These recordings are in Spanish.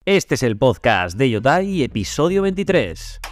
Este es el podcast de Yotai, episodio 23.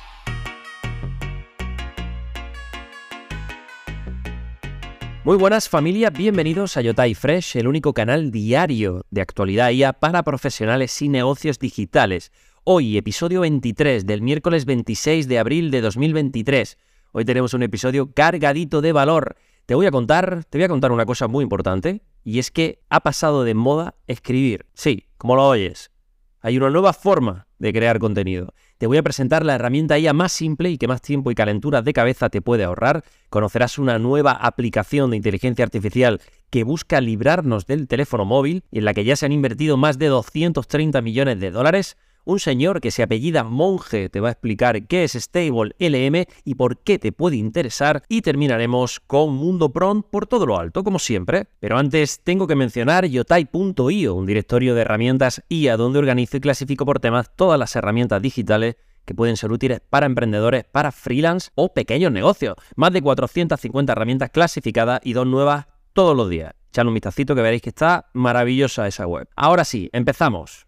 Muy buenas familia, bienvenidos a Yotai Fresh, el único canal diario de actualidad IA para profesionales y negocios digitales. Hoy, episodio 23 del miércoles 26 de abril de 2023. Hoy tenemos un episodio cargadito de valor. Te voy a contar una cosa muy importante, y es que ha pasado de moda escribir. Sí, como lo oyes. Hay una nueva forma de crear contenido. Te voy a presentar la herramienta IA más simple y que más tiempo y calenturas de cabeza te puede ahorrar. Conocerás una nueva aplicación de inteligencia artificial que busca librarnos del teléfono móvil y en la que ya se han invertido más de 230 millones de dólares. Un señor que se apellida Monge te va a explicar qué es Stable LM y por qué te puede interesar. Y terminaremos con Mundo Prompt por todo lo alto, como siempre. Pero antes tengo que mencionar yotai.io, un directorio de herramientas IA donde organizo y clasifico por temas todas las herramientas digitales que pueden ser útiles para emprendedores, para freelance o pequeños negocios. Más de 450 herramientas clasificadas y 2 nuevas todos los días. Echadle un vistacito que veréis que está maravillosa esa web. Ahora sí, empezamos.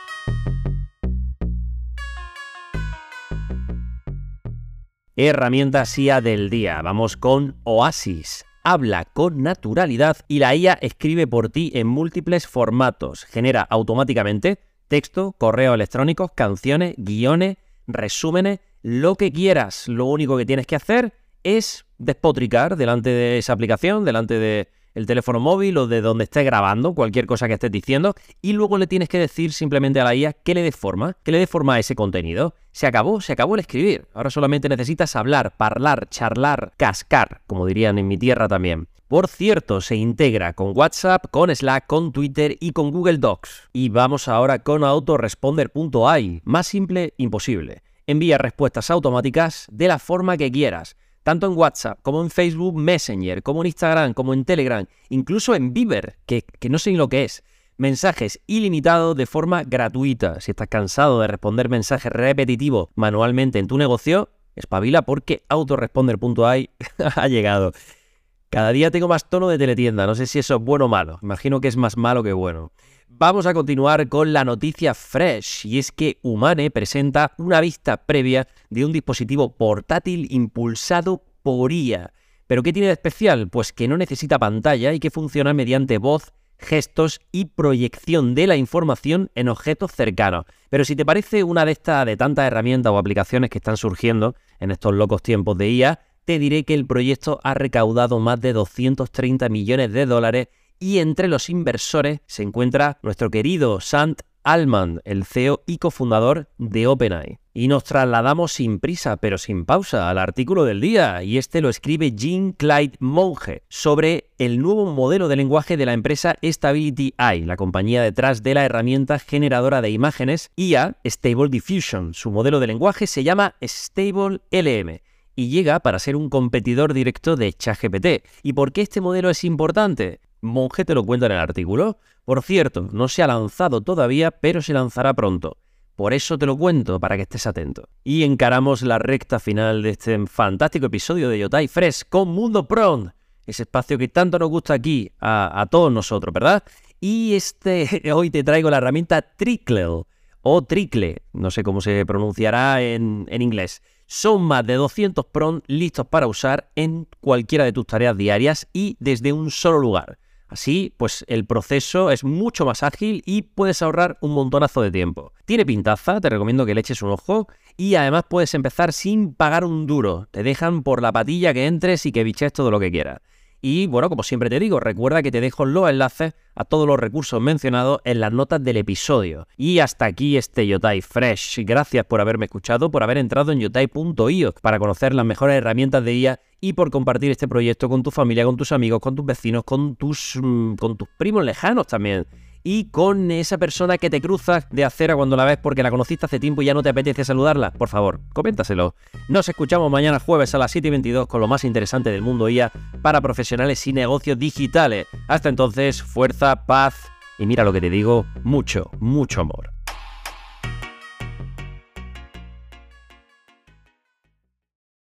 Herramientas IA del día. Vamos con Oasis. Habla con naturalidad y la IA escribe por ti en múltiples formatos. Genera automáticamente texto, correos electrónicos, canciones, guiones, resúmenes, lo que quieras. Lo único que tienes que hacer es despotricar delante de esa aplicación, delante de el teléfono móvil o de donde estés grabando, cualquier cosa que estés diciendo, y luego le tienes que decir simplemente a la IA que le dé forma a ese contenido. Se acabó el escribir. Ahora solamente necesitas hablar, parlar, charlar, cascar, como dirían en mi tierra también. Por cierto, se integra con WhatsApp, con Slack, con Twitter y con Google Docs. Y vamos ahora con autoresponder.ai. Más simple, imposible. Envía respuestas automáticas de la forma que quieras. Tanto en WhatsApp, como en Facebook Messenger, como en Instagram, como en Telegram, incluso en Viber, que no sé ni lo que es. Mensajes ilimitados de forma gratuita. Si estás cansado de responder mensajes repetitivos manualmente en tu negocio, espabila porque autoresponder.ai ha llegado. Cada día tengo más tono de teletienda, no sé si eso es bueno o malo. Imagino que es más malo que bueno. Vamos a continuar con la noticia fresh, y es que Humane presenta una vista previa de un dispositivo portátil impulsado por IA. ¿Pero qué tiene de especial? Pues que no necesita pantalla y que funciona mediante voz, gestos y proyección de la información en objetos cercanos. Pero si te parece una de tantas herramientas o aplicaciones que están surgiendo en estos locos tiempos de IA, te diré que el proyecto ha recaudado más de 230 millones de dólares y entre los inversores se encuentra nuestro querido Sam Altman, el CEO y cofundador de OpenAI. Y nos trasladamos sin prisa, pero sin pausa, al artículo del día, y este lo escribe Jean-Claude Monge, sobre el nuevo modelo de lenguaje de la empresa Stability AI, la compañía detrás de la herramienta generadora de imágenes IA Stable Diffusion. Su modelo de lenguaje se llama Stable LM. Y llega para ser un competidor directo de ChatGPT. ¿Y por qué este modelo es importante? Monge te lo cuenta en el artículo. Por cierto, no se ha lanzado todavía, pero se lanzará pronto. Por eso te lo cuento, para que estés atento. Y encaramos la recta final de este fantástico episodio de Yotai Fresh con Mundo Prompt, ese espacio que tanto nos gusta aquí a todos nosotros, ¿verdad? Y hoy te traigo la herramienta Trickle, o Trickle, no sé cómo se pronunciará en inglés. Son más de 200 prompts listos para usar en cualquiera de tus tareas diarias y desde un solo lugar. Así, pues el proceso es mucho más ágil y puedes ahorrar un montonazo de tiempo. Tiene pintaza, te recomiendo que le eches un ojo y además puedes empezar sin pagar un duro. Te dejan por la patilla que entres y que biches todo lo que quieras. Y bueno, como siempre te digo, recuerda que te dejo los enlaces a todos los recursos mencionados en las notas del episodio. Y hasta aquí este Yotai Fresh. Gracias por haberme escuchado, por haber entrado en yotai.io para conocer las mejores herramientas de IA y por compartir este proyecto con tu familia, con tus amigos, con tus vecinos, con tus primos lejanos también. Y con esa persona que te cruzas de acera cuando la ves porque la conociste hace tiempo y ya no te apetece saludarla, por favor, coméntaselo. Nos escuchamos mañana jueves a las 7:22 con lo más interesante del mundo IA para profesionales y negocios digitales. Hasta entonces, fuerza, paz y mira lo que te digo, mucho, mucho amor.